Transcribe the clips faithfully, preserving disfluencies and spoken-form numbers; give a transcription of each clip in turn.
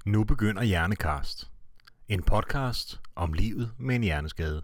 Nu begynder Hjernekast. En podcast om livet med en hjerneskade.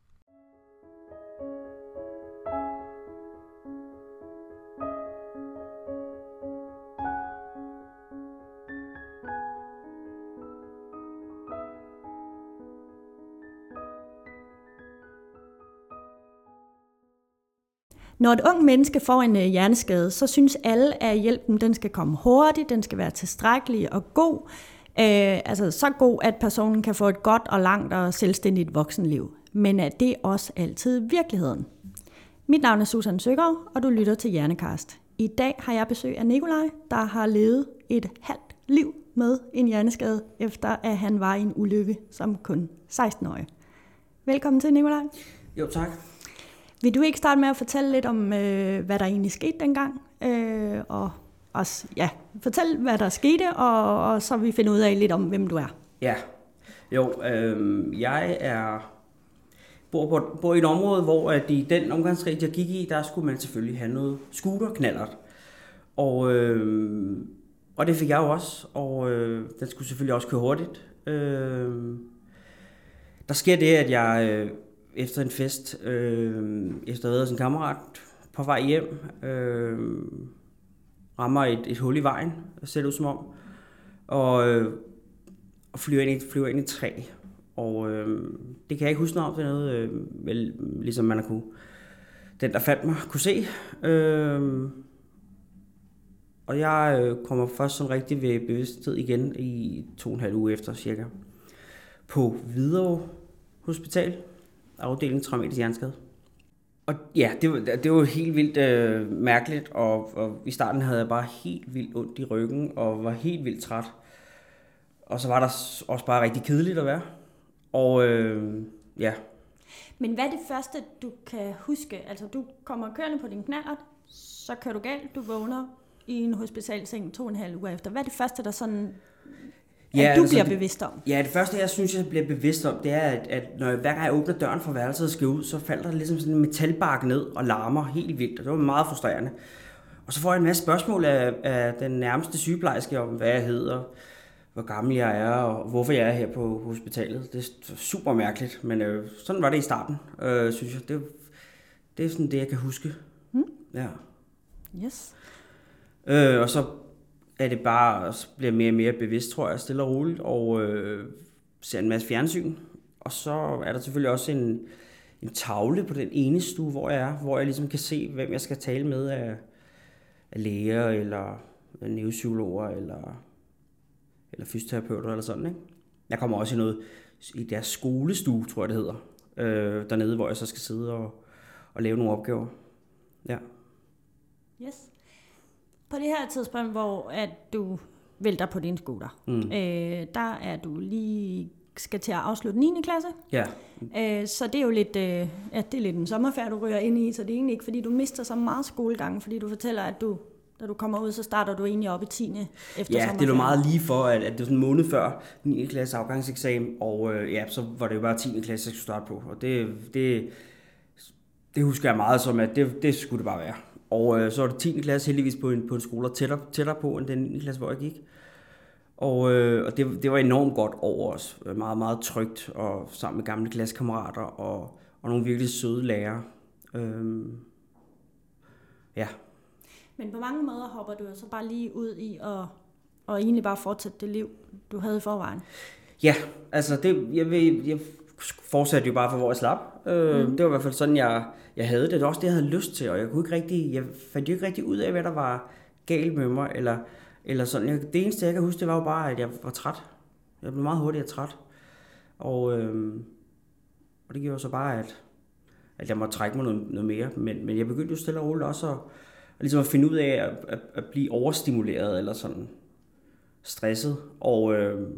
Når et ung menneske får en hjerneskade, så synes alle, at hjælpen den skal komme hurtigt, den skal være tilstrækkelig og god. Øh, altså så god, at personen kan få et godt og langt og selvstændigt voksenliv. Men er det også altid virkeligheden? Mit navn er Susanne Søgaard, og du lytter til Hjernekast. I dag har jeg besøg af Nikolaj, der har levet et halvt liv med en hjerneskade, efter at han var i en ulykke som kun seksten-årig. Velkommen til, Nikolaj. Jo, tak. Vil du ikke starte med at fortælle lidt om, øh, hvad der egentlig skete dengang? Øh, og også, ja, fortæl, hvad der skete, og, og så vi finder ud af lidt om, hvem du er. Ja, jo, øh, jeg er bor, på, bor i et område, hvor at i den omgangskreds, jeg gik i, der skulle man selvfølgelig have noget scooterknallert. Og, øh, og det fik jeg jo også, og øh, den skulle selvfølgelig også køre hurtigt. Øh, der sker det, at jeg... Øh, efter en fest, øh, efter at have været hos en kammerat på vej hjem, øh, rammer et, et hul i vejen, ser det ud som om, og, øh, og flyver, ind i, flyver ind i et træ. Og øh, det kan jeg ikke huske noget om, det er noget, øh, vel, ligesom man har kunne, den der fandt mig, kunne se. Øh, og jeg øh, kommer først sådan rigtig ved bevidsthed igen i to og en halv uge efter cirka, på Hvidovre Hospital. Afdeling traumatisk hjerneskade. Og ja, det var, det var helt vildt øh, mærkeligt, og, og i starten havde jeg bare helt vildt ondt i ryggen, og var helt vildt træt. Og så var der også bare rigtig kedeligt at være. Og øh, ja. Men hvad er det første, du kan huske? Altså, du kommer kørende på din knallert, så kører du galt, du vågner i en hospitalseng to og en halv uge efter. Hvad er det første, der sådan... Ja, at du altså, bliver bevidst om? Ja, det første, jeg synes, jeg bliver bevidst om, det er, at, at når jeg, hver gang jeg åbner døren fra værelset og skal ud, så falder der ligesom sådan en metalbakke ned og larmer helt vildt, og det var meget frustrerende. Og så får jeg en masse spørgsmål af, af den nærmeste sygeplejerske om, hvad jeg hedder, hvor gammel jeg er, og hvorfor jeg er her på hospitalet. Det er super mærkeligt, men øh, sådan var det i starten, øh, synes jeg. Det, det er sådan det, jeg kan huske. Hmm? Ja. Yes. Øh, og så er det bare, så bliver mere og mere bevidst, tror jeg, stille og roligt, og øh, ser en masse fjernsyn. Og så er der selvfølgelig også en, en tavle på den ene stue, hvor jeg er, hvor jeg ligesom kan se, hvem jeg skal tale med af, af læger, eller neuropsykologer, eller, eller fysioterapeuter, eller sådan, ikke? Jeg kommer også i noget, i deres skolestue, tror jeg det hedder, øh, dernede, hvor jeg så skal sidde og, og lave nogle opgaver. Ja. Yes. På det her tidspunkt, hvor at du vælter på din scooter, mm. øh, der er du lige skal til at afslutte niende klasse. Ja. Øh, så det er jo lidt, øh, ja, det er lidt en sommerferie, du ryger ind i, så det er egentlig ikke, fordi du mister så meget skolegang, fordi du fortæller, at du, da du kommer ud, så starter du egentlig op i tiende efter ja, sommerferien. det er jo meget lige for, at, at det var sådan en måned før niende klasse afgangseksamen, og øh, ja, så var det jo bare tiende klasse, jeg skulle starte på, og det, det, det husker jeg meget som, at det, det skulle det bare være. Og øh, så var det tiende klasse heldigvis på en, på en skole tættere, tættere på end den niende klasse, hvor jeg gik. Og, øh, og det, det var enormt godt over os. Meget, meget trygt, og sammen med gamle klassekammerater og, og nogle virkelig søde lærere. Øhm, ja. Men på mange måder hopper du så bare lige ud i at og egentlig bare fortsætte det liv, du havde i forvejen. Ja, altså det, jeg, jeg, jeg fortsatte jo bare for, hvor jeg slap. Øh, mm-hmm. Det var i hvert fald sådan, jeg, jeg havde det. Det var også det, jeg havde lyst til, og jeg kunne ikke rigtig, jeg fandt jo ikke rigtig ud af, hvad der var galt med mig, eller, eller sådan. Jeg, det eneste, jeg kan huske, det var jo bare, at jeg var træt. Jeg blev meget hurtigt træt. Og, øh, og det gjorde så bare, at, at jeg måtte trække mig noget, noget mere. Men, men jeg begyndte jo stille og roligt også at, at, ligesom at finde ud af at, at, at blive overstimuleret, eller sådan stresset. Og øh,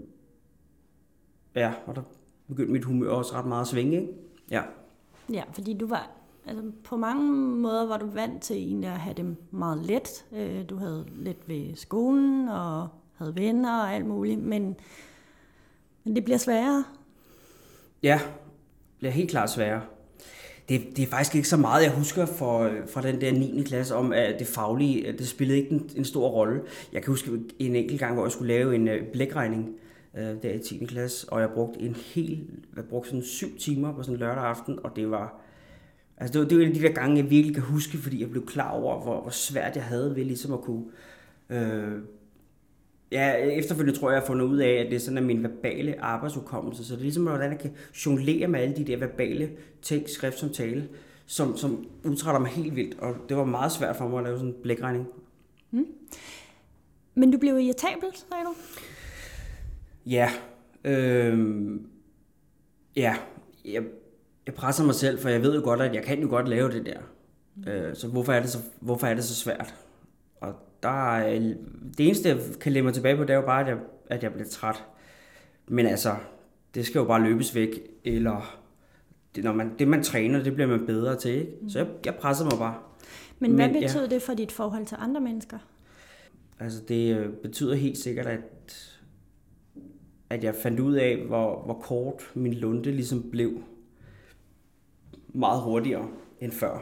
ja, og der begyndte mit humør også ret meget at svinge, ikke? Ja. Ja, fordi du var, altså på mange måder var du vant til egentlig at have det meget let. Du havde let ved skolen og havde venner og alt muligt, men, men det bliver sværere. Ja, det bliver helt klart sværere. Det, det er faktisk ikke så meget, jeg husker for, fra den der niende klasse om, at det faglige, det spillede ikke en, en stor rolle. Jeg kan huske en enkelt gang, hvor jeg skulle lave en blækregning, øh, der i tiende klasse, og jeg brugte en hel, jeg brugte sådan syv timer på sådan en lørdag aften, og det var, altså det var, det var en af de der gange, jeg virkelig kan huske, fordi jeg blev klar over, hvor, hvor svært jeg havde ved ligesom at kunne, øh, ja, efterfølgende tror jeg, jeg har fundet ud af, at det er sådan, at min verbale arbejdsudkommelse, så det er ligesom, hvordan jeg kan jonglere med alle de der verbale ting, skrift som tale, som, som udtrætter mig helt vildt, og det var meget svært for mig at lave sådan en blækregning. Mm. Men du blev irritabel, sagde du? Ja, øh, ja, jeg, jeg presser mig selv, for jeg ved jo godt, at jeg kan jo godt lave det der. Mm. Øh, så hvorfor er det så, hvorfor er det så svært? Og der er, det eneste, jeg kan lade mig tilbage på, det er jo bare, at jeg, at jeg bliver træt. Men altså, det skal jo bare løbes væk, eller det, når man, det man træner, det bliver man bedre til, ikke? Mm. Så jeg, jeg presser mig bare. Men, Men hvad betyder ja. det for dit forhold til andre mennesker? Altså, det betyder helt sikkert, at, at jeg fandt ud af, hvor, hvor kort min lunte ligesom blev meget hurtigere end før.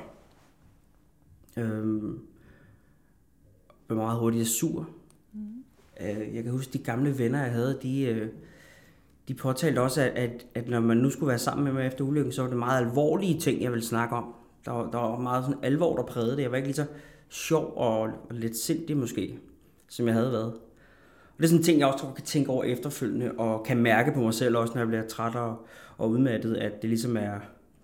Øhm, blev meget hurtigere sur. Mm. Øh, jeg kan huske, de gamle venner, jeg havde, de, øh, de påtalte også, at, at, at når man nu skulle være sammen med mig efter ulykken, så var det meget alvorlige ting, jeg ville snakke om. Der var, der var meget sådan alvor, der prægede det. Jeg var ikke lige så sjov og, og lidt sindig måske, som jeg havde været. Og det er sådan en ting, jeg også tror, kan tænke over efterfølgende, og kan mærke på mig selv også, når jeg bliver træt og, og udmattet, at det ligesom er,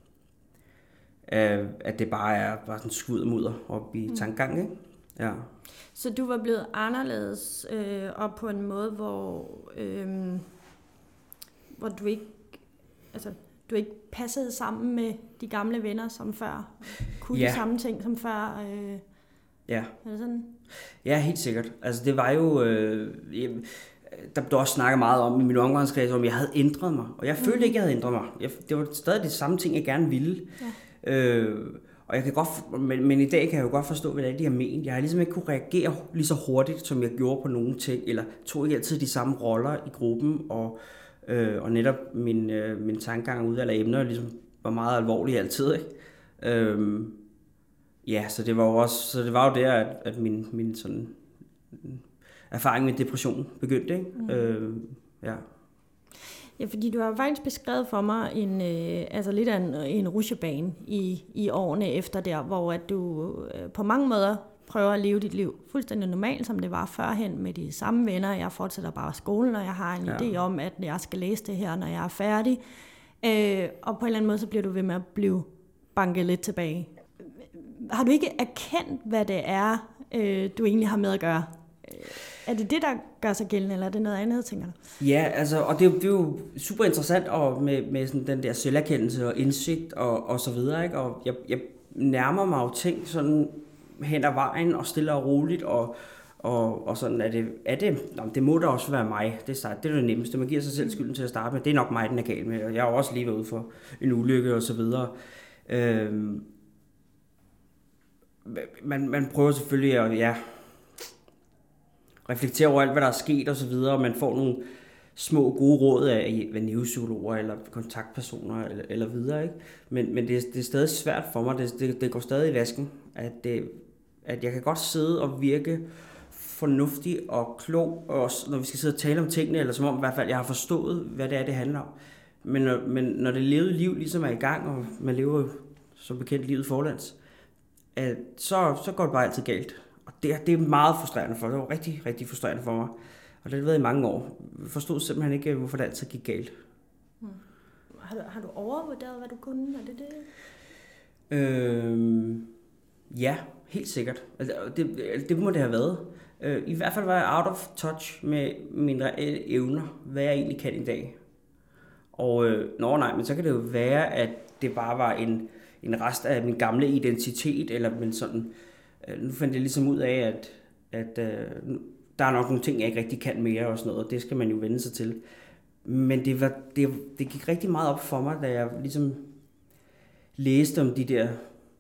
at det bare er bare sådan skud og mudder op i tankegang, ikke? Ja. Så du var blevet anderledes øh, og på en måde, hvor, øh, hvor du ikke, altså, du ikke passede sammen med de gamle venner som før? Kunne ja. de samme ting som før? Øh, ja. Er det sådan? Ja, helt sikkert. Altså det var jo, øh, der blev også snakket meget om i min omgangskreds, om jeg havde ændret mig. Og jeg følte mm. ikke, jeg havde ændret mig. Jeg, det var stadig det samme ting, jeg gerne ville. Ja. Øh, og jeg kan godt, men, men i dag kan jeg jo godt forstå, hvad det er, de har ment. Jeg har ligesom ikke kunne reagere lige så hurtigt, som jeg gjorde på nogle ting, eller tog ikke altid de samme roller i gruppen, og, øh, og netop min, øh, min tankegang ud af emner ligesom var meget alvorlige altid, ikke? Øh, ja, så det var jo også, så det var jo der, at, at min, min sådan erfaring med depression begyndte, ikke? Mm. Øh, ja. Ja, fordi du har faktisk beskrevet for mig en, øh, altså lidt af en, en rutsjebane i, i årene efter der, hvor at du øh, på mange måder prøver at leve dit liv fuldstændig normalt, som det var førhen, med de samme venner. Jeg fortsætter bare skolen, og jeg har en ja. idé om, at jeg skal læse det her, når jeg er færdig. Øh, og på en eller anden måde, så bliver du ved med at blive banket lidt tilbage. Har du ikke erkendt, hvad det er, øh, du egentlig har med at gøre? Er det det, der gør sig gældende, eller er det noget andet, tænker du? Ja, altså, og det er jo, det er jo super interessant og med, med sådan den der selverkendelse og indsigt og, og så videre, ikke? Og jeg, jeg nærmer mig jo ting sådan hen ad vejen og stille og roligt, og, og, og sådan er det, er det, nå, det må da også være mig. Det er, det er det nemmeste. Man giver sig selv skylden til at starte med. Det er nok mig, den er galt med, og jeg har også lige været ude for en ulykke og så videre. Øhm, man, man prøver selvfølgelig at, ja, reflektere over alt, hvad der er sket og så videre, og man får nogle små gode råd af neuropsykologer eller kontaktpersoner eller, eller videre, ikke? Men, men det, det er stadig svært for mig, det, det, det går stadig i vasken, at, det, at jeg kan godt sidde og virke fornuftig og klog, også når vi skal sidde og tale om tingene, eller som om i hvert fald jeg har forstået, hvad det er, det handler om. Men når, men når det levede liv ligesom er i gang, og man lever jo som bekendt livet forlands, at så, så går det bare altid galt. Og det, det er meget frustrerende for mig. Det var rigtig, rigtig frustrerende for mig. Og det har været i mange år. Jeg forstod simpelthen ikke, hvorfor det altid gik galt. Hmm. Har, du, har du overvurderet, hvad du kunne? Er det det? Øhm, ja, helt sikkert. Altså, det, det må det have været. I hvert fald var jeg out of touch med mine reelle evner, hvad jeg egentlig kan i dag. Og øh, nå nej, men så kan det jo være, at det bare var en, en rest af min gamle identitet, eller men sådan... Nu fandt jeg ligesom ud af, at, at uh, der er nok nogle ting, jeg ikke rigtig kan mere og sådan noget, og det skal man jo vende sig til. Men det, var, det, det gik rigtig meget op for mig, da jeg ligesom læste om de der,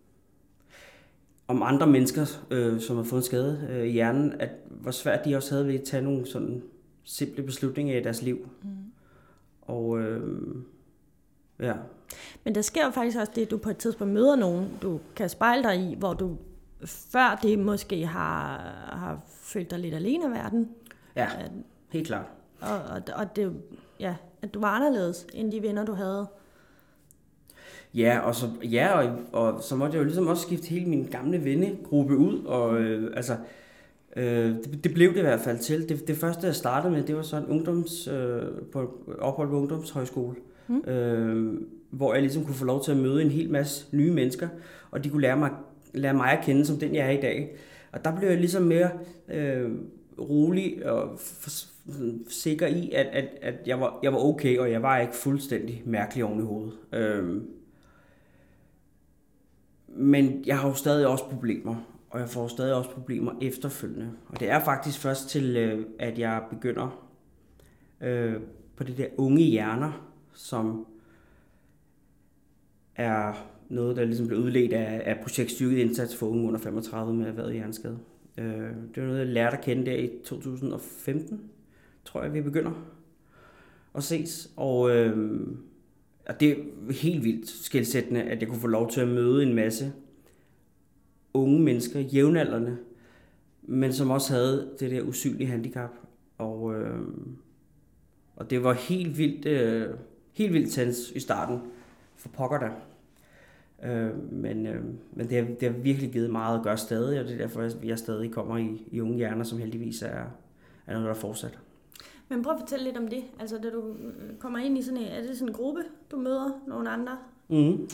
om andre mennesker, øh, som har fået en skade øh, i hjernen, at hvor svært de også havde ved at tage nogle sådan simple beslutninger i deres liv. Mm. Og øh, ja. Men der sker jo faktisk også det, at du på et tidspunkt møder nogen, du kan spejle dig i, hvor du før det måske har, har følt dig lidt alene i verden. Ja, helt klart. og, og, og det, ja, at du var anderledes end de venner, du havde. Ja, og så, ja, og, og så måtte jeg jo ligesom også skifte hele min gamle vennegruppe ud, og øh, altså, øh, det, det blev det i hvert fald til. Det, det første, jeg startede med, det var så en ungdoms, øh, på, ophold på ungdomshøjskole, mm. øh, hvor jeg ligesom kunne få lov til at møde en hel masse nye mennesker, og de kunne lære mig, lære mig at kende som den, jeg er i dag. Og der blev jeg ligesom mere øh, rolig og sikker i, at, at, at jeg, var, jeg var okay, og jeg var ikke fuldstændig mærkelig oven i hovedet. Øh, Men jeg har jo stadig også problemer, og jeg får stadig også problemer efterfølgende. Og det er faktisk først til, at jeg begynder øh, på det der unge hjerner, som er noget, der ligesom blev udledt af, af projekt Styrket Indsats for unge under femogtredive med erhvervet hjerneskade. Øh, det var noget, jeg lærte at kende der i to tusind og femten, tror jeg, vi begynder at ses. Og øh, Og det er helt vildt skelsættende, at jeg kunne få lov til at møde en masse unge mennesker, jævnaldrende, men som også havde det der usynlige handicap. Og, øh, og det var helt vildt, øh, helt vildt tens i starten, for pokker der. Øh, men øh, men det, har, det har virkelig givet meget at gøre stadig, og det er derfor, at jeg stadig kommer i, i unge hjerner, som heldigvis er, er noget, der fortsætter. Men prøv at fortælle lidt om det. Altså, da du kommer ind i sådan en, er det sådan en gruppe, du møder nogle andre? Mm.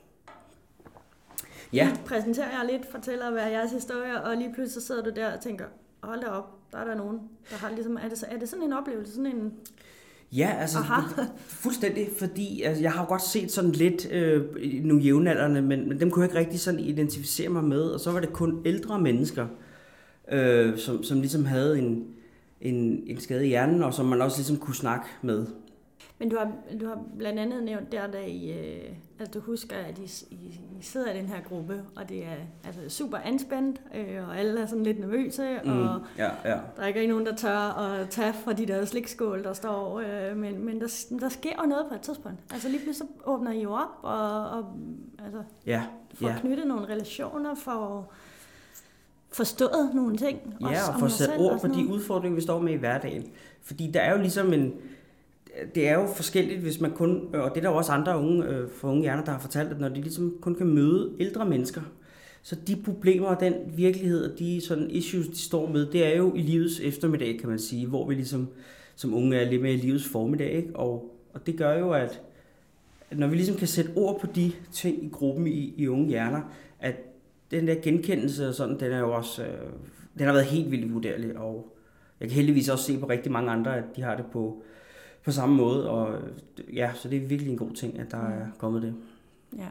Ja. Så præsenterer jeg lidt, fortæller, hvad jeres historie, og lige pludselig så sidder du der og tænker, hold da op, der er der nogen, der har ligesom, er det, er det sådan en oplevelse, sådan en... Ja, altså fuldstændig, fordi altså, jeg har jo godt set sådan lidt øh, nogle jævnaldrende, men, men dem kunne jeg ikke rigtig sådan identificere mig med, og så var det kun ældre mennesker, øh, som, som ligesom havde en, en, en skade i hjernen, og som man også ligesom kunne snakke med. Men du har, du har blandt andet nævnt der, der I, øh, at du husker, at I, I, I sidder i den her gruppe, og det er altså, super anspændt, øh, og alle er sådan lidt nervøse, mm, og ja, ja. der er ikke nogen, der tør at tage fra de der slikskål, der står, øh, men, men der, der sker jo noget på et tidspunkt. Altså lige pludselig så åbner I jo op, og, og altså, ja, får ja. knyttet nogle relationer, for forstået nogle ting. Ja, og få sat ord på de udfordringer, vi står med i hverdagen. Fordi der er jo ligesom en... Det er jo forskelligt, hvis man kun, og det er der jo også andre unge, øh, for unge hjerner, der har fortalt, at når de ligesom kun kan møde ældre mennesker, så de problemer og den virkelighed og de sådan issues, de står med, det er jo i livets eftermiddag, kan man sige, hvor vi ligesom som unge er lidt mere i livets formiddag, ikke? Og, og det gør jo, at, at når vi ligesom kan sætte ord på de ting i gruppen i, i unge hjerner, at den der genkendelse og sådan, den er jo også, øh, den har været helt vildt vurderlig, og jeg kan heldigvis også se på rigtig mange andre, at de har det på på samme måde, og ja, så det er virkelig en god ting, at der er kommet det. Ja.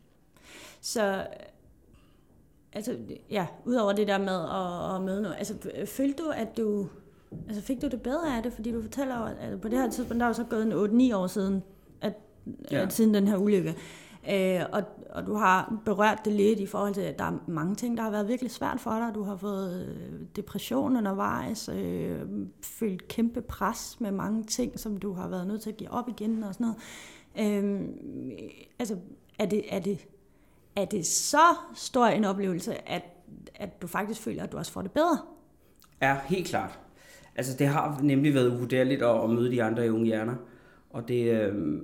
Så, altså, ja, udover det der med at, at møde noget, altså, følte du, at du, altså, fik du det bedre af det, fordi du fortæller, at på det her tidspunkt, der er jo så gået en otte ni år siden, at, ja. at siden den her ulykke, øh, og, og du har berørt det lidt i forhold til, at der er mange ting, der har været virkelig svært for dig. Du har fået depression undervejs, øh, følt kæmpe pres med mange ting, som du har været nødt til at give op igen og sådan noget. Øh, altså, er det, er, det, er det så stor en oplevelse, at, at du faktisk føler, at du også får det bedre? Ja, helt klart. Altså, det har nemlig været uvurderligt at, at møde de andre i unge hjerner, og det... Øh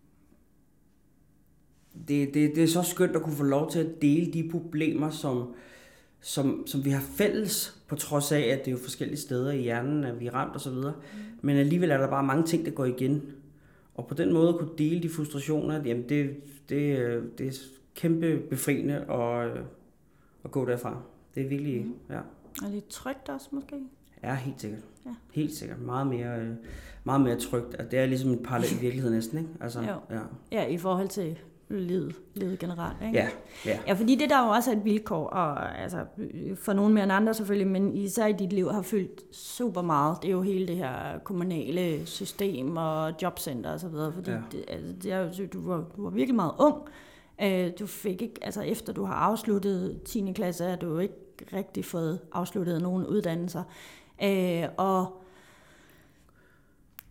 Det, det, det er så skønt at kunne få lov til at dele de problemer, som, som, som vi har fælles, på trods af, at det er jo forskellige steder i hjernen, at vi er ramt og så videre. Mm. Men alligevel er der bare mange ting, der går igen. Og på den måde at kunne dele de frustrationer, jamen det, det, det er kæmpe befriende at, at gå derfra. Det er virkelig, mm. ja. Og lidt trygt også måske? Ja, helt sikkert. Ja. Helt sikkert. Meget mere, meget mere trygt. Det er ligesom en parallel virkelighed næsten, ikke? Altså, ja. Ja. Ja, i forhold til livet, livet generelt, ikke? Ja, ja. Ja, fordi det der er jo også et vilkår, og altså, for nogen mere end andre selvfølgelig, men især i dit liv har fyldt super meget. Det er jo hele det her kommunale system og jobcenter og så videre, fordi ja. det, altså, det er jo, du, var, du var virkelig meget ung. Du fik ikke, altså efter du har afsluttet tiende klasse, har du ikke rigtig fået afsluttet nogen uddannelser. Og du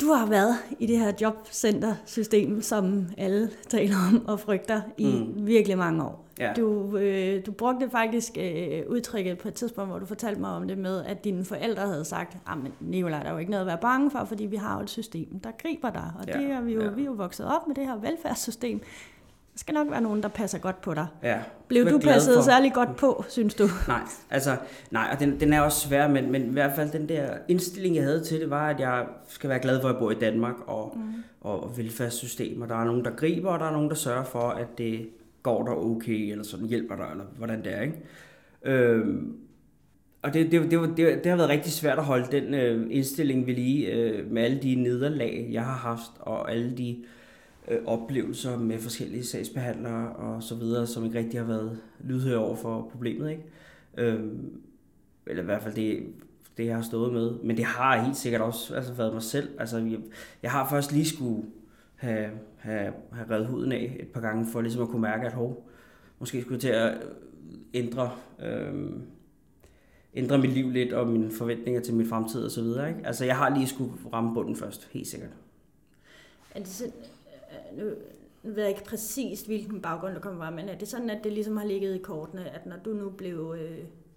har været i det her jobcenter-system, som alle taler om og frygter i mm. virkelig mange år. Ja. Du, øh, du brugte faktisk øh, udtrykket på et tidspunkt, hvor du fortalte mig om det med, at dine forældre havde sagt, men Nicolaj, der er jo ikke noget at være bange for, fordi vi har jo et system, der griber dig. Og ja. det er vi, jo, ja. vi er jo vokset op med det her velfærdssystem. Der skal nok være nogen, der passer godt på dig. Ja. Blev du passet for... særlig godt på, synes du? Nej, altså, nej, og den, den er også svær, men, men i hvert fald den der indstilling, jeg havde til det, var, at jeg skal være glad for, at jeg bor i Danmark og, mm. og, og velfærdssystemer. Der er nogen, der griber, og der er nogen, der sørger for, at det går der okay, eller sådan hjælper dig, eller hvordan det er, ikke? Øhm, og det, det, det, det, det har været rigtig svært at holde den øh, indstilling ved lige, øh, med alle de nederlag, jeg har haft, og alle de øh, oplevelser med forskellige sagsbehandlere og så videre, som ikke rigtig har været lydhøre over for problemet, ikke? Øhm, eller i hvert fald det, det, jeg har stået med. Men det har helt sikkert også altså, været mig selv. Altså, jeg, jeg har først lige skulle have, have, have reddet huden af et par gange, for ligesom at kunne mærke, at hov, måske skulle jeg til at ændre, øh, ændre mit liv lidt, og mine forventninger til min fremtid og så videre, ikke? Altså, jeg har lige skulle ramme bunden først, helt sikkert. Er det sådan, nu ved jeg ikke præcis, hvilken baggrund der kommer fra, men er det sådan, at det ligesom har ligget i kortene, at når du nu blev, øh,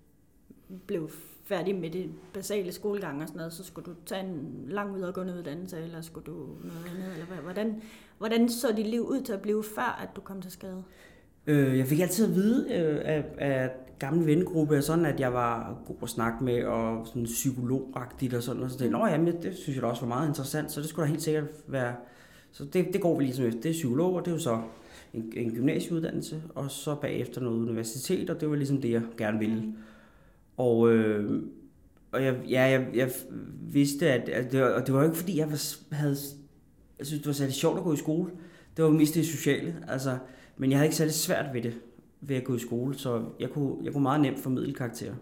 blev færdig med det basale skolegang og sådan noget, så skulle du tage en lang videregående uddannelse, eller skulle du noget andet, eller hvordan, hvordan så dit liv ud til at blive, før at du kom til skade? Øh, jeg fik altid at vide øh, af, af gamle vennegruppe, sådan at jeg var god at snakke med, og sådan psykologagtigt og sådan, og så tænkte jeg, jamen, det synes jeg da også var meget interessant, så det skulle da helt sikkert være, så det, det går vi ligesom efter. Det er psykolog, og det er jo så en, en gymnasieuddannelse, og så bagefter noget universitet, og det var ligesom det, jeg gerne ville. Mm. Og, øh, og jeg, ja, jeg, jeg vidste, at, at det, var, og det var jo ikke fordi, jeg var, havde, jeg synes, det var særlig sjovt at gå i skole. Det var mest det sociale, altså, men jeg havde ikke særlig svært ved det, ved at gå i skole, så jeg kunne, jeg kunne meget nemt formidle karakterer.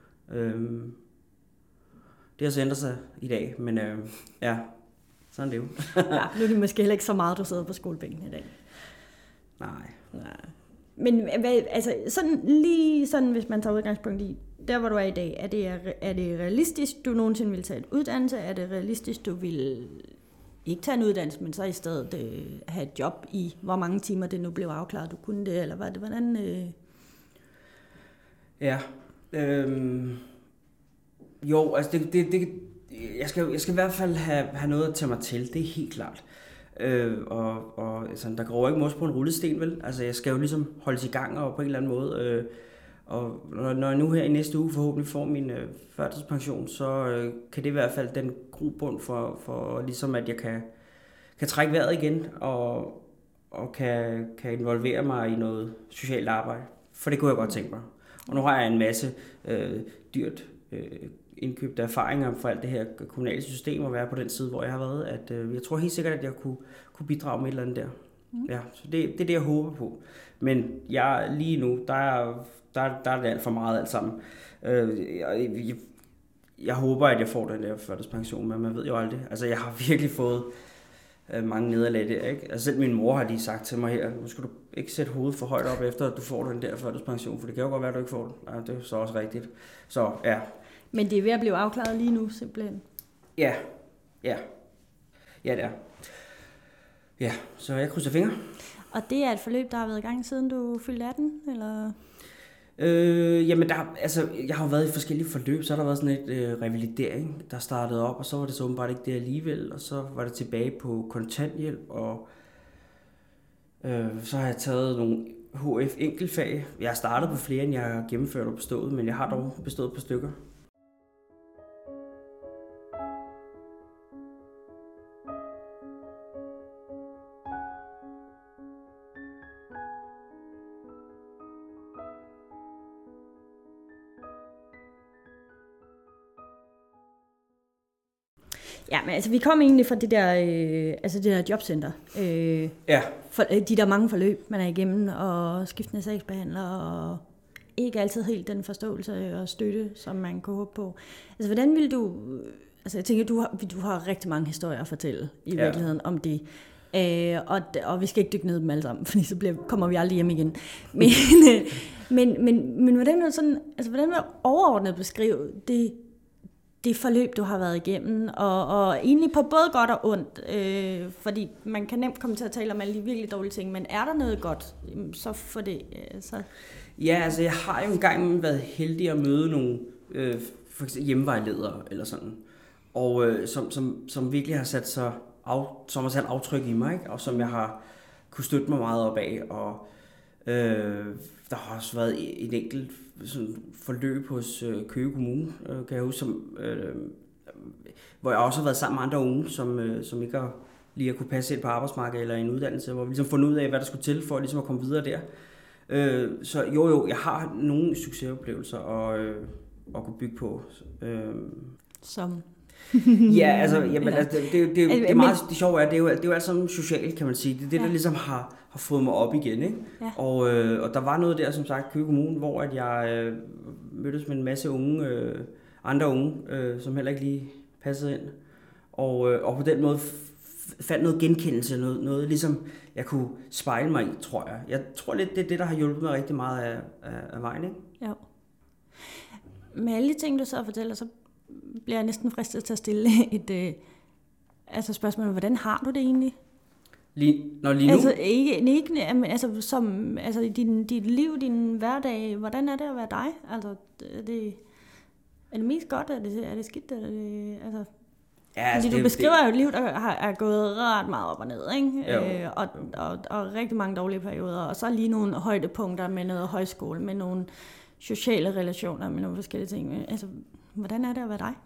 Øhm, det har så ændret sig i dag, men øh, ja, sådan er det jo. Ja, nu er det måske heller ikke så meget, du sidder på skolebænken i dag. Nej. Nej. Men hvad, altså, sådan, lige sådan, hvis man tager udgangspunkt i, der hvor du er i dag, er det, er det realistisk, du nogensinde vil tage et uddannelse? Er det realistisk, du vil ikke tage en uddannelse, men så i stedet øh, have et job i, hvor mange timer det nu blev afklaret, du kunne det, eller hvad det, hvordan? Øh... Ja, øhm, jo, altså det, det, det, jeg, skal, jeg skal i hvert fald have, have noget at tage mig til, det er helt klart. Øh, og og altså, der går ikke mos på en rullesten, vel? Altså jeg skal jo ligesom holdes i gang og på en eller anden måde. Øh, og når, når jeg nu her i næste uge forhåbentlig får min øh, førtidspension, så øh, kan det i hvert fald den grobund for, for ligesom at jeg kan, kan trække vejret igen og, og kan, kan involvere mig i noget socialt arbejde. For det kunne jeg godt tænke mig. Og nu har jeg en masse øh, dyrt øh, indkøbte erfaringer fra alt det her kommunale system og være på den side, hvor jeg har været, at øh, jeg tror helt sikkert, at jeg kunne, kunne bidrage med et eller andet der. Mm. Ja, så det, det er det, jeg håber på. Men jeg lige nu, der er, der, der er det alt for meget alt sammen. Øh, jeg, jeg, jeg håber, at jeg får den der førtidspension, men man ved jo aldrig. Altså, jeg har virkelig fået øh, mange nederlag der, ikke? Altså, selv min mor har lige sagt til mig her, nu skal du ikke sætte hovedet for højt op, efter at du får den der førtidspension, for det kan jo godt være, at du ikke får den. Ja, det er så også rigtigt. Så, ja. Men det er ved at blive afklaret lige nu, simpelthen? Ja, ja. Ja, det er. Ja, så jeg krydser fingre. Og det er et forløb, der har været i gang, siden du fyldte atten, eller? Øh, jamen, der, altså, jeg har jo været i forskellige forløb, så har der været sådan et øh, revalidering, der startede op, og så var det så åbenbart ikke det alligevel, og så var det tilbage på kontanthjælp, og øh, så har jeg taget nogle H F enkeltfag. Jeg har startet på flere, end jeg har gennemført og bestået, men jeg har dog bestået på stykker. Ja, men altså vi kom egentlig fra det der, øh, altså det der jobcenter. Øh, ja. For, de der mange forløb, man er igennem, og skiftende sagsbehandlere, og ikke altid helt den forståelse og støtte, som man kunne håbe på. Altså hvordan vil du, altså jeg tænker, du har, du har rigtig mange historier at fortælle i ja. virkeligheden om det. Øh, og, og vi skal ikke dykke ned dem alle sammen, fordi så bliver, kommer vi aldrig hjem igen. Men, men, men, men hvordan vil du sådan, altså hvordan vil du overordnet beskrive det, det forløb, du har været igennem, og, og egentlig på både godt og ondt, øh, fordi man kan nemt komme til at tale om alle de virkelig dårlige ting, men er der noget godt, så for det... Øh, så... Ja, altså jeg har jo engang været heldig at møde nogle øh, for eksempel hjemmevejledere eller sådan, og øh, som, som, som virkelig har sat sig af, som har sat aftryk i mig, ikke? Og som jeg har kunne støtte mig meget op af, og øh, der har også været et enkelt sådan, forløb hos øh, Køge Kommune, øh, kan jeg huske, som, øh, hvor jeg også har været sammen med andre unge, som, øh, som ikke har lige at kunne passe ind på arbejdsmarkedet eller en uddannelse, hvor vi ligesom fundet ud af, hvad der skulle til for ligesom at komme videre der. Øh, så jo jo, jeg har nogle succesoplevelser at, øh, at kunne bygge på. Øh. Som? Ja, altså, jamen, altså det, det, det, det, det er meget det sjove er, det er jo, det er jo alt sammen socialt, kan man sige. Det er det, der ja. ligesom har, har fået mig op igen, ikke? Ja. Og, øh, og der var noget der, som sagt, Køge Kommune, hvor at jeg øh, mødtes med en masse unge, øh, andre unge, øh, som heller ikke lige passede ind. Og, øh, og på den måde f- fandt noget genkendelse, noget, noget ligesom jeg kunne spejle mig i, tror jeg. Jeg tror lidt, det er det, der har hjulpet mig rigtig meget af, af, af vejen, ikke? Ja. Med alle de ting, du så fortæller, så bliver jeg næsten fristet til at stille et øh, altså spørgsmål, hvordan har du det egentlig? Lige, når lige nu? Altså ikke, ikke altså, som, altså din, dit liv, din hverdag, hvordan er det at være dig? Altså, er det, er det mest godt, er det, er det skidt? Er det, altså, ja, altså, fordi det, du beskriver det, jo et liv, der har, er gået ret meget op og ned, ikke? Øh, og, og, og rigtig mange dårlige perioder, og så lige nogle højdepunkter med noget højskole, med nogle sociale relationer, med nogle forskellige ting. Altså, hvordan er det at være dig?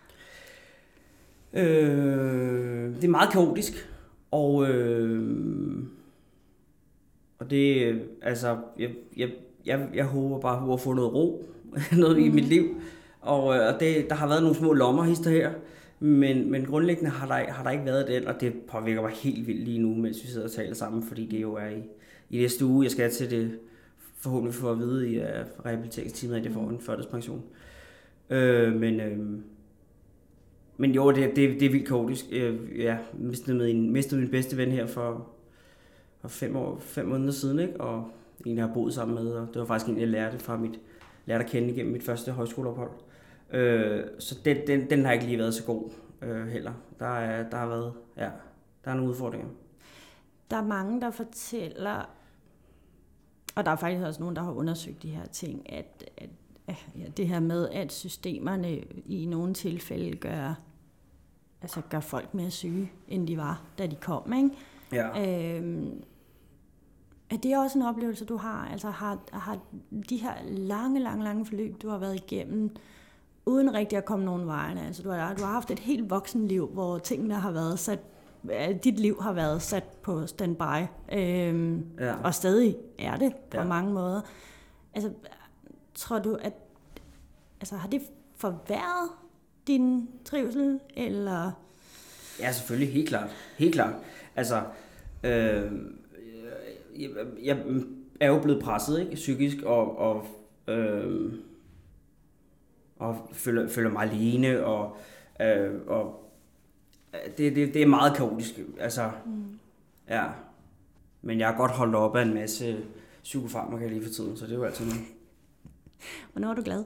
Øh, det er meget kaotisk, og, øh, og det, altså, jeg, jeg, jeg, jeg håber bare at få noget ro, noget mm. i mit liv, og, og det, der har været nogle små lommerhister her, men, men grundlæggende har der, har der ikke været den, og det påvirker mig helt vildt lige nu, mens vi sidder og taler sammen, fordi det jo er i, i næste uge, jeg skal til det, forhåbentlig få at vide i uh, rehabiliteringsteamet, at jeg får en førtidspension. Øh, men, øh, men jo, det, det, det er vildt kaotisk. Jeg ja, mistede, med en, mistede min bedste ven her for, for fem, år, fem måneder siden, ikke? Og en, jeg har boet sammen med, og det var faktisk en, jeg lærte fra mit, lærte at kende igennem mit første højskoleophold. Øh, så den, den, den har ikke lige været så god øh, heller. Der, er, der har været, ja, der er nogle udfordringer. Der er mange, der fortæller, og der er faktisk også nogen, der har undersøgt de her ting, at, at ja, det her med, at systemerne i nogle tilfælde gør, altså gør folk mere syge, end de var, da de kom, ikke? Ja. Øhm, er det også en oplevelse, du har? Altså har, har de her lange, lange, lange forløb, du har været igennem, uden rigtig at komme nogen vegne? Altså du har, du har haft et helt voksenliv, hvor tingene har været sat, dit liv har været sat på standby, øhm, ja. Og stadig er det på ja. mange måder. Altså, tror du, at altså, har det forværret din trivsel, eller? Ja, selvfølgelig, helt klart. Helt klart. Altså, øh, jeg, jeg er jo blevet presset, ikke, psykisk, og, og, øh, og føler, føler mig alene, og, øh, og det, det, det er meget kaotisk. Altså, mm. ja. Men jeg har godt holdt op af en masse psykofarmaka lige for tiden, så det er jo altid noget. Hvornår er du glad?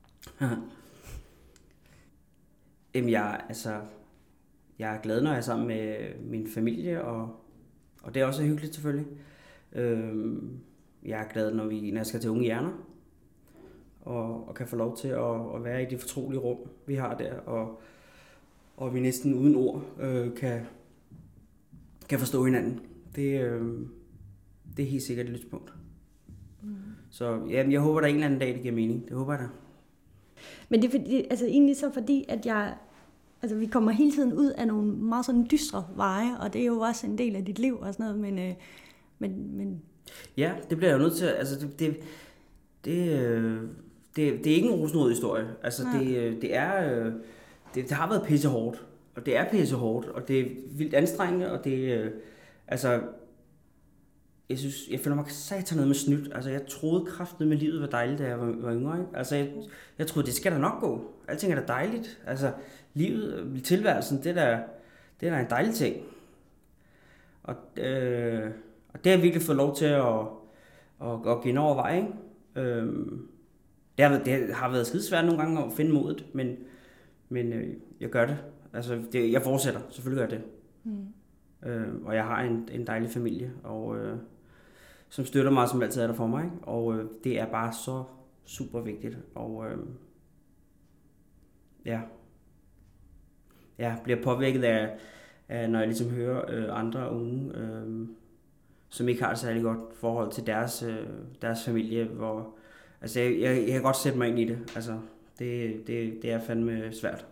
Jamen, jeg, altså, jeg er glad, når jeg er sammen med min familie, og, og det er også hyggeligt selvfølgelig. Øhm, jeg er glad, når, vi, når jeg skal til Unge Hjerner, og, og kan få lov til at, at være i det fortrolige rum, vi har der, og, og vi næsten uden ord øh, kan, kan forstå hinanden. Det, øh, det er helt sikkert et lyspunkt. Mm. Så jamen, jeg håber, der en eller anden dag, det giver mening. Det håber jeg da. Men det er fordi, altså egentlig så fordi, at jeg, altså vi kommer hele tiden ud af nogle meget sådan dystre veje, og det er jo også en del af dit liv og sådan noget, men, øh, men, men... Ja, det bliver jeg jo nødt til, altså det, det, det, øh, det, det er ikke en rosenrød historie. Altså ja. det, det er, øh, det, det har været pisse hårdt, og det er pisse hårdt, og det er vildt anstrengende, og det, øh, altså... Jeg synes, jeg føler mig satan ned med snydt. Altså, jeg troede kraften med livet var dejligt, da jeg var, var yngre, ikke? Altså, jeg, jeg troede, det skal da nok gå. Alting er da dejligt. Altså, livet, tilværelsen, det er da, det er da en dejlig ting. Og, øh, og det har jeg virkelig fået lov til at, at, at genoverveje, ikke? Øh, det, har, det har været skidesvært nogle gange at finde modet, men, men øh, jeg gør det. Altså, det, jeg fortsætter. Selvfølgelig gør jeg det. Mm. Øh, og jeg har en, en dejlig familie, og, øh, som støtter mig, som altid er der for mig. Ikke? Og øh, det er bare så super vigtigt. Og øh, ja, jeg bliver påvirket af, af når jeg ligesom hører øh, andre unge, øh, som ikke har et særlig godt forhold til deres, øh, deres familie, hvor altså, jeg, jeg, jeg kan godt sætte mig ind i det. Altså, det, det, det er fandme svært.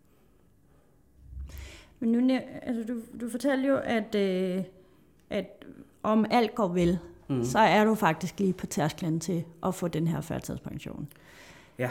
Men nu, altså, du, du fortæller jo, at, øh, at om alt går vel, mm. så er du faktisk lige på tærsklen til at få den her førtidspension. Ja.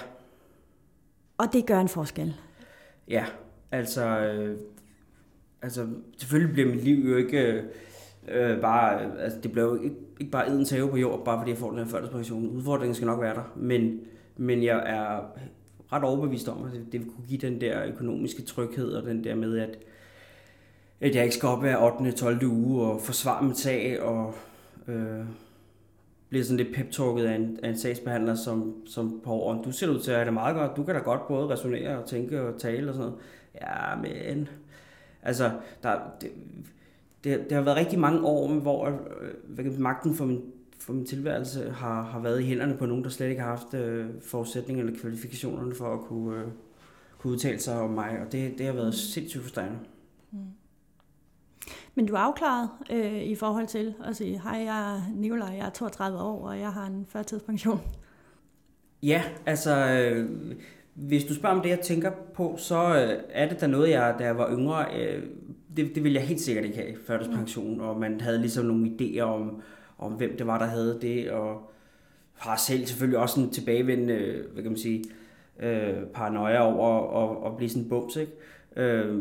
Og det gør en forskel. Ja, altså, øh, altså selvfølgelig bliver mit liv jo ikke øh, bare, altså det bliver jo ikke, ikke bare edens have på jord, bare fordi jeg får den her førtidspension. Udfordringen skal nok være der, men, men jeg er ret overbevist om, at det vil kunne give den der økonomiske tryghed, og den der med, at, at jeg ikke skal op hver ottende tolvte uge og forsvare mit sag, og øh, bliver sådan lidt pep-talket af en, af en sagsbehandler, som, som på over, du ser ud til at have det meget godt, du kan da godt både resonere og tænke og tale og sådan noget. Ja, men altså, der, det, det, det har været rigtig mange år, hvor øh, magten for min, for min tilværelse har, har været i hænderne på nogen, der slet ikke har haft øh, forudsætninger eller kvalifikationerne for at kunne, øh, kunne udtale sig om mig, og det, det har været sindssygt frustrerende. Mm. Men du er afklaret øh, i forhold til at sige, hej, jeg er Nicolaj, jeg er toogtredive år, og jeg har en førtidspension. Ja, altså, øh, hvis du spørger om det, jeg tænker på, så øh, er det da noget, jeg, da jeg var yngre, øh, det, det ville jeg helt sikkert ikke have, førtidspension, mm. og man havde ligesom nogle idéer om, om hvem det var, der havde det, og har selv selvfølgelig også en tilbagevendende, hvad kan man sige, øh, paranoia over at blive sådan en bums, ikke? Øh,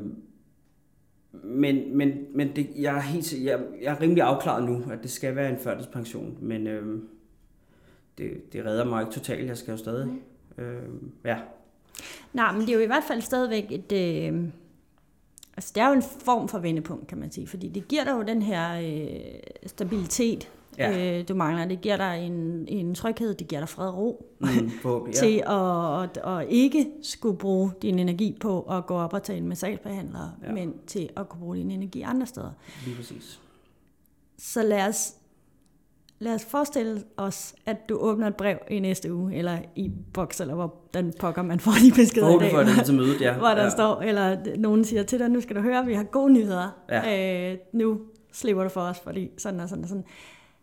Men, men, men det, jeg, er helt, jeg, jeg er rimelig afklaret nu, at det skal være en førtidspension, men øh, det, det redder mig ikke totalt, jeg skal jo stadig. Mm. Øh, ja. Nej, men det er jo i hvert fald stadigvæk et, øh, altså det er jo en form for vendepunkt, kan man sige, fordi det giver dig jo den her øh, stabilitet, ja. øh, du mangler. Det giver dig en, en tryghed, det giver dig fred og ro mm, på, ja. til at, at, at ikke skulle bruge din energi på at gå op og tale med sagsbehandlere, ja. men til at kunne bruge din energi andre steder. Lige præcis. Så lad os, lad os forestille os, at du åbner et brev i næste uge, eller i boks, eller hvor den pokker man får de beskeder i dag. For det til mødet, ja. Hvor der ja. står, eller nogen siger til dig, nu skal du høre, vi har gode nyheder. Ja. Øh, nu slipper du for os, fordi sådan og sådan og sådan.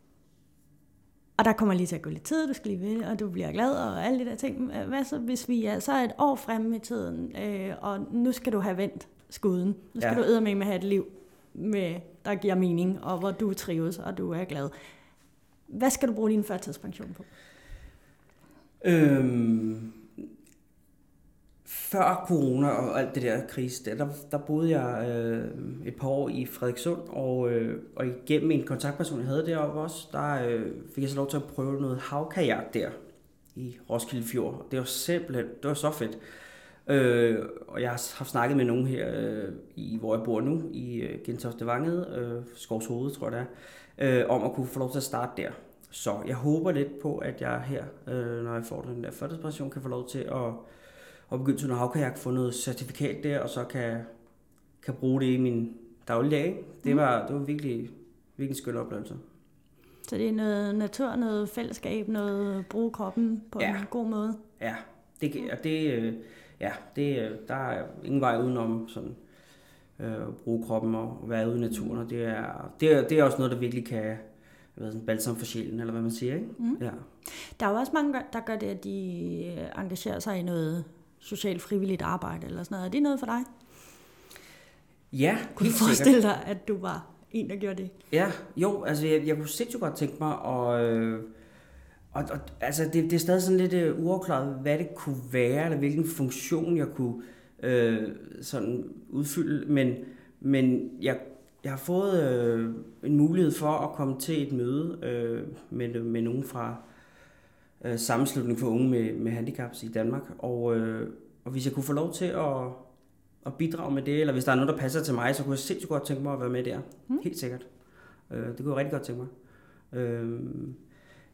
Og der kommer lige til at gå lidt tid, du skal lige ved, og du bliver glad, og alle de der ting. Hvad så, hvis vi er så et år fremme i tiden, øh, og nu skal du have vendt skuden. Nu skal ja. du eddermame have et liv, med, der giver mening, og hvor du trives, og du er glad. Hvad skal du bruge din førtidspension på? Øhm, før corona og alt det der krise, der, der boede jeg øh, et par år i Frederikssund, og, øh, og igennem en kontaktperson, jeg havde deroppe også, der øh, fik jeg så lov til at prøve noget havkajak der i Roskilde Fjord. Det var simpelthen, det var så fedt. Øh, og jeg har snakket med nogen her, øh, i, hvor jeg bor nu, i øh, Gentofte Vangede, øh, Skovs Hoved, tror jeg det er, øh, om at kunne få lov til at starte der. Så jeg håber lidt på, at jeg her, øh, når jeg får den der førtidspension, kan få lov til at, at begynde til noget havkajak, få noget certifikat der, og så kan, kan bruge det i min dagligdag. Det var, det var virkelig, virkelig en skøn oplevelse. Så det er noget natur, noget fællesskab, noget bruge kroppen på ja. en god måde? Ja, det, det, ja, det, der er ingen vej udenom sådan, øh, at bruge kroppen og være ude i naturen. Det er, det, er, det er også noget, der virkelig kan jeg ved, sådan balsam for sjælen, eller hvad man siger, ikke? Mm. Ja. Der er jo også mange, der gør det, at de engagerer sig i noget socialt frivilligt arbejde, eller sådan noget. Er det noget for dig? Ja, kunne du forestille dig, at du var en, der gjorde det? Ja, jo, altså jeg, jeg kunne sindssygt godt tænke mig, og, øh, og, og altså det, det er stadig sådan lidt uh, uafklaret, hvad det kunne være, eller hvilken funktion jeg kunne øh, sådan udfylde, men, men jeg Jeg har fået øh, en mulighed for at komme til et møde øh, med, med nogen fra øh, Sammenslutning for Unge med, med Handicaps i Danmark, og, øh, og hvis jeg kunne få lov til at, at bidrage med det, eller hvis der er noget, der passer til mig, så kunne jeg sindssygt godt tænke mig at være med der. Mm. Helt sikkert. Øh, det kunne jeg rigtig godt tænke mig. Øh,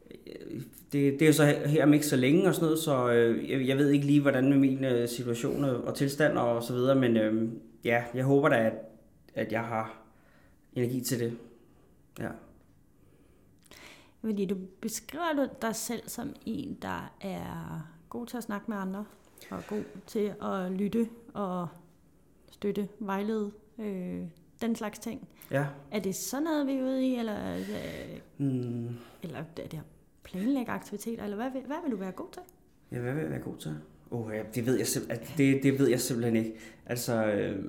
det, det er jo så her om ikke så længe og sådan noget, så øh, jeg, jeg ved ikke lige, hvordan med min øh, situation og tilstand og så videre, men øh, ja, jeg håber da, at, at jeg har energi til det. Ja. Fordi du beskriver du dig selv som en, der er god til at snakke med andre, og god til at lytte og støtte, vejlede, øh, den slags ting. Ja. Er det sådan noget, vi er ude i, eller er det, mm. eller er det at planlægge aktiviteter, eller hvad, hvad vil du være god til? Ja, hvad vil jeg være god til? Oh, ja, det ved jeg simpelthen, det, det ved jeg simpelthen ikke. Altså, øh,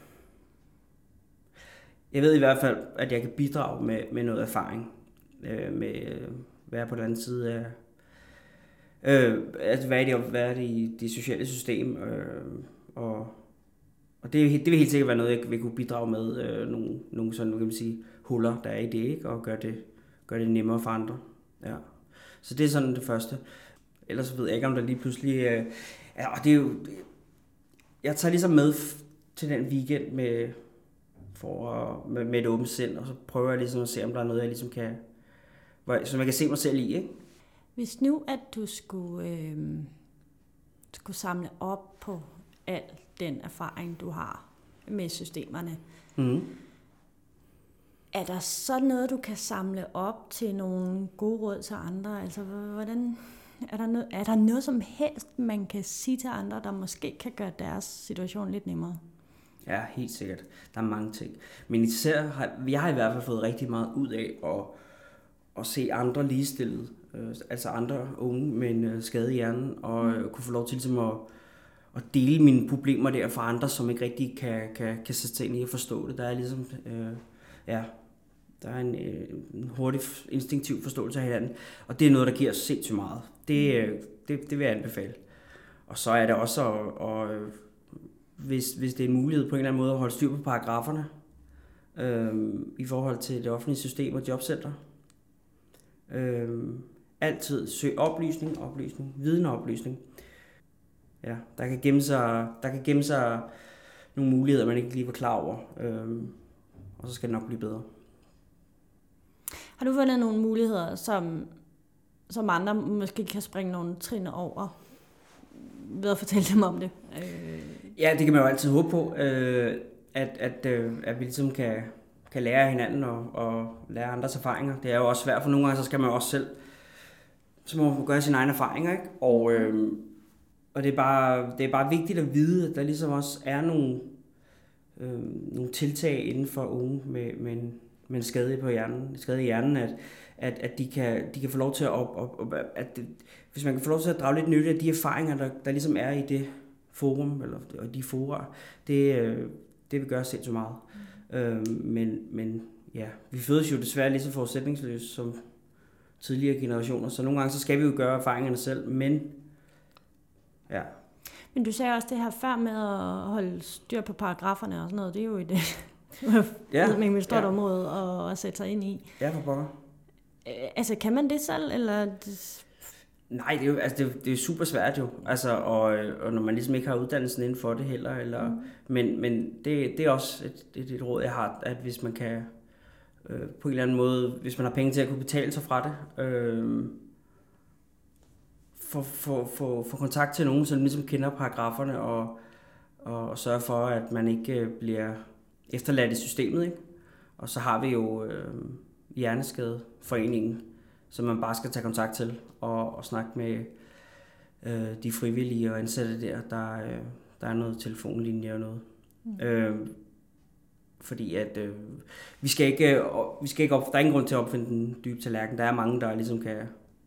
jeg ved i hvert fald, at jeg kan bidrage med, med noget erfaring, øh, med at være på den anden side af, øh, at være i det, være det i det sociale system, øh, og, og det, det vil helt sikkert være noget, jeg vil kunne bidrage med, øh, nogle, nogle sådan, kan man sige, huller, der er i det, ikke? Og gøre det, gøre det nemmere for andre. Ja. Så det er sådan det første. Ellers ved jeg ikke, om der lige pludselig... Øh, ja, og det er jo... Jeg tager ligesom med til den weekend med, for at, med, med et åbent sind, og så prøver jeg ligesom at se, om der er noget, jeg ligesom kan... Hvor, som jeg kan se mig selv i, ikke? Hvis nu, at du skulle, øh, skulle samle op på al den erfaring, du har med systemerne, mm. er der så noget, du kan samle op til nogle gode råd til andre? Altså, hvordan... Er der, noget, er der noget som helst, man kan sige til andre, der måske kan gøre deres situation lidt nemmere? Ja, helt sikkert. Der er mange ting. Men især har, jeg har i hvert fald fået rigtig meget ud af at, at se andre ligestillet. Øh, altså andre unge med en skade i hjernen, og mm. kunne få lov til ligesom at, at dele mine problemer der for andre, som ikke rigtig kan, kan, kan sætte sig ind i at forstå det. Der er ligesom... Øh, ja... Der er en, en hurtig, instinktiv forståelse af hinanden, og det er noget, der giver sindssygt meget. Det, det, det vil jeg anbefale. Og så er det også, at, at, hvis, hvis det er en mulighed på en eller anden måde, at holde styr på paragraferne øh, i forhold til det offentlige system og jobcenter. Øh, altid søg oplysning, oplysning, viden og oplysning. Ja, der kan gemme sig, der kan gemme sig nogle muligheder, man ikke lige var klar over, øh, og så skal det nok blive bedre. Har du fundet nogle muligheder, som, som andre måske kan springe nogle trin over, ved at fortælle dem om det? Øh... Ja, det kan man jo altid håbe på, øh, at, at, øh, at vi ligesom kan, kan lære af hinanden og, og lære andres erfaringer. Det er jo også svært, for nogle gange så skal man jo også selv så må man gøre sine egne erfaringer, ikke? Og, øh, og det, er bare, det er bare vigtigt at vide, at der ligesom også er nogle, øh, nogle tiltag inden for unge med, med en med en skade på hjernen, skade i hjernen, at, at, at de, kan, de kan få lov til at, op, op, at det, hvis man kan få lov til at drage lidt nytte af de erfaringer, der, der ligesom er i det forum, eller de fora, det, det vil gøre sindssygt meget. Mm. Øhm, men, men ja, vi fødes jo desværre lige så forudsætningsløst som tidligere generationer, så nogle gange så skal vi jo gøre erfaringerne selv, men ja. Men du sagde også det her før med at holde styr på paragraferne og sådan noget, det er jo et... Ja, med et stort ja. område at, at sætte sig ind i. Ja, for pokker. Altså, kan man det selv, eller? Nej, det er jo altså, det, det er super svært jo, altså, og, og når man ligesom ikke har uddannelsen inden for det heller, eller, mm. men, men det, det er også et, et, et råd, jeg har, at hvis man kan, øh, på en eller anden måde, hvis man har penge til at kunne betale sig fra det, øh, få for, for, for kontakt til nogen, som ligesom kender paragraferne, og, og, og sørge for, at man ikke bliver efterladt i systemet, ikke? Og så har vi jo øh, Hjerneskadeforeningen, som man bare skal tage kontakt til og, og snakke med øh, de frivillige og ansatte der. Der, øh, der er noget telefonlinje og noget. Mm. Øh, fordi at øh, vi skal ikke, øh, vi skal ikke op, der er ingen grund til at opfinde den dybe tallerken. Der er mange, der ligesom kan,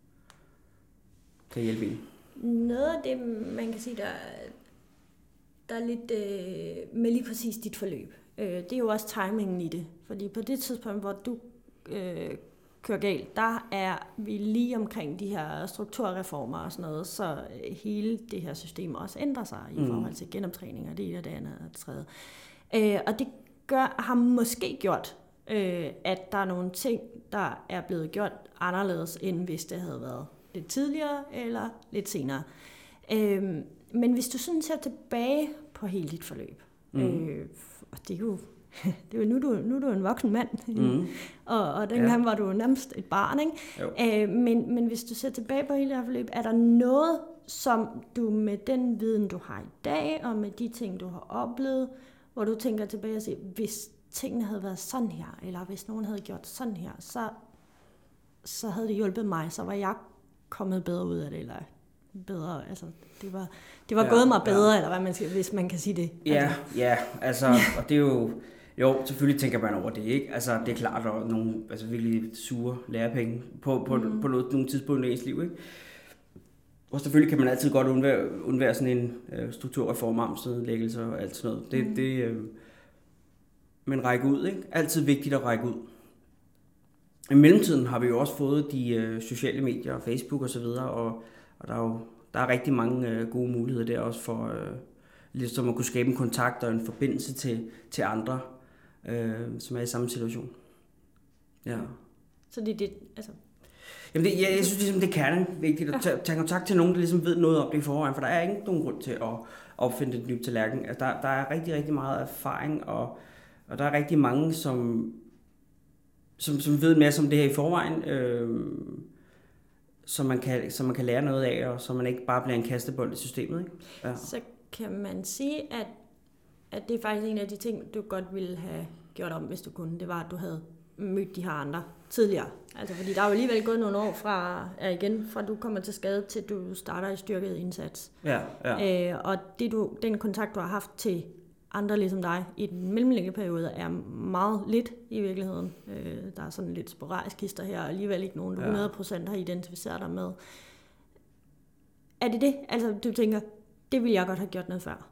kan hjælpe en. Noget af det, man kan sige, der, der er lidt øh, med lige præcis dit forløb. Det er jo også timingen i det, fordi på det tidspunkt, hvor du øh, kører galt, der er vi lige omkring de her strukturreformer og sådan noget, så hele det her system også ændrer sig i mm. forhold til genoptræning og det ene og det andet og det tredje. Øh, og det gør, har måske gjort, øh, at der er nogle ting, der er blevet gjort anderledes, end hvis det havde været lidt tidligere eller lidt senere. Øh, men hvis du sådan ser tilbage på hele dit forløb, mm. øh, og det er jo det er nu, du, nu er du en voksen mand, Mm. og, og dengang Ja. var du nærmest et barn, ikke? Øh, men, men hvis du ser tilbage på hele det her forløb, er der noget, som du med den viden, du har i dag, og med de ting, du har oplevet, hvor du tænker tilbage og siger, hvis tingene havde været sådan her, eller hvis nogen havde gjort sådan her, så, så havde det hjulpet mig, så var jeg kommet bedre ud af det, eller bedre, altså det var, det var Ja, gået mig bedre, ja. eller hvad man skal, hvis man kan sige det. Ja, Altså. ja, altså, og det er jo, jo, selvfølgelig tænker man over det, ikke? Altså, det er klart, at der er nogle altså, virkelig sure lærepenge på, på, mm. på noget, nogle tidspunkter i ens liv, ikke? Og selvfølgelig kan man altid godt undvære, undvære sådan en øh, strukturreform, amtsnedlæggelse og alt sådan noget. Det, mm. det, øh, men række ud, ikke? Altid vigtigt at række ud. I mellemtiden har vi jo også fået de øh, sociale medier, Facebook og så videre, og, og der er jo der er rigtig mange øh, gode muligheder der også for øh, ligesom at kunne skabe en kontakt og en forbindelse til, til andre, øh, som er i samme situation. Ja. Så det er det, altså... Jamen det, ja, jeg synes ligesom, det er kernen vigtigt at tage, tage kontakt til nogen, der ligesom ved noget om det i forvejen, for der er ikke nogen grund til at opfinde et nyt tallerken. Altså, der, der er rigtig, rigtig meget erfaring, og, og der er rigtig mange, som, som, som ved mere om det her i forvejen, øh, som, man kan, som man kan lære noget af, og så man ikke bare bliver en kastebold i systemet. Ikke? Ja. Så kan man sige, at, at det er faktisk en af de ting, du godt ville have gjort om, hvis du kunne. Det var, at du havde mødt de her andre tidligere. Altså, fordi der er jo alligevel gået nogle år fra, ja, igen, fra du kommer til skade, til du starter i styrket indsats. Ja, ja. Øh, og det, du, den kontakt, du har haft til andre ligesom dig i den mellemliggende periode, er meget lidt i virkeligheden. Øh, der er sådan lidt sporadisk hister her, og alligevel ikke nogen, du hundrede procent har identificeret dig med. Er det det? Altså, du tænker, det ville jeg godt have gjort noget før?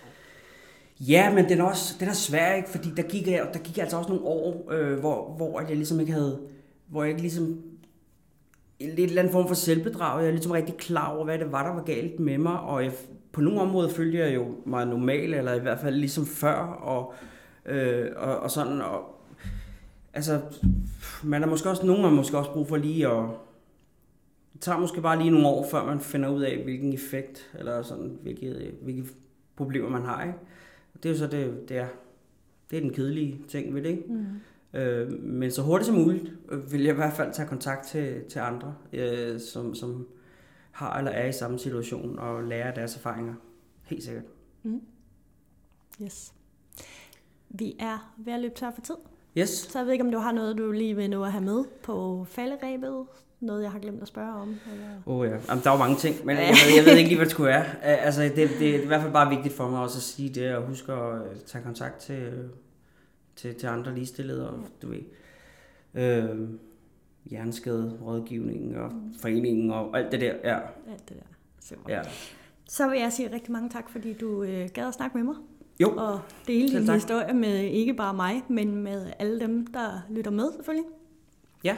Ja, men den er også den er svær, ikke? Fordi der gik, der gik altså også nogle år, øh, hvor, hvor jeg ligesom ikke havde, hvor jeg ikke ligesom, lidt eller anden form for selvbedrag, jeg er ligesom rigtig klar over, hvad det var, der var galt med mig, og jeg, på nogle områder følte jeg jo mig normal, eller i hvert fald ligesom før, og, øh, og, og sådan, og altså, man er måske også, nogen har måske også brug for lige at, det tager måske bare lige nogle år, før man finder ud af, hvilken effekt, eller sådan, hvilke, hvilke problemer man har, ikke? Det er jo så det, det er, det er den kedelige ting ved det, ikke? Mm. Øh, men så hurtigt som muligt øh, vil jeg i hvert fald tage kontakt til, til andre, øh, som, som har eller er i samme situation, og lære deres erfaringer. Helt sikkert. Mm. Yes. Vi er ved at løbe tør for tid. Yes. Så jeg ved ikke, om du har noget, du lige vil nå at have med på falderebet. Noget, jeg har glemt at spørge om. Åh oh, ja, Jamen, der er jo mange ting, men jeg ved, jeg ved ikke lige, hvad det skulle være. Altså, det, det, det er i hvert fald bare vigtigt for mig også at sige det, og huske at tage kontakt til, til, til andre ligestillede, og du ved, øh, hjerneskade, rådgivning og foreningen og alt det der. Ja. Alt det der. Super. Ja. Så vil jeg sige rigtig mange tak, fordi du øh, gad at snakke med mig. Jo. Og dele din historie med ikke bare mig, men med alle dem, der lytter med, selvfølgelig. Ja.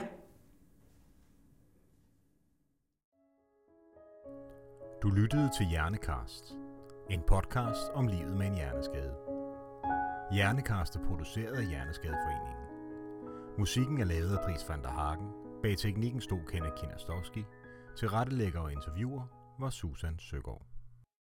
Du lyttede til Hjernekast, en podcast om livet med en hjerneskade. Hjernekast er produceret af Hjerneskadeforeningen. Musikken er lavet af Dries van der Hagen. Bag teknikken stod Kenneth Kinastowski. Tilrettelægger og interviewer var Susan Søgaard.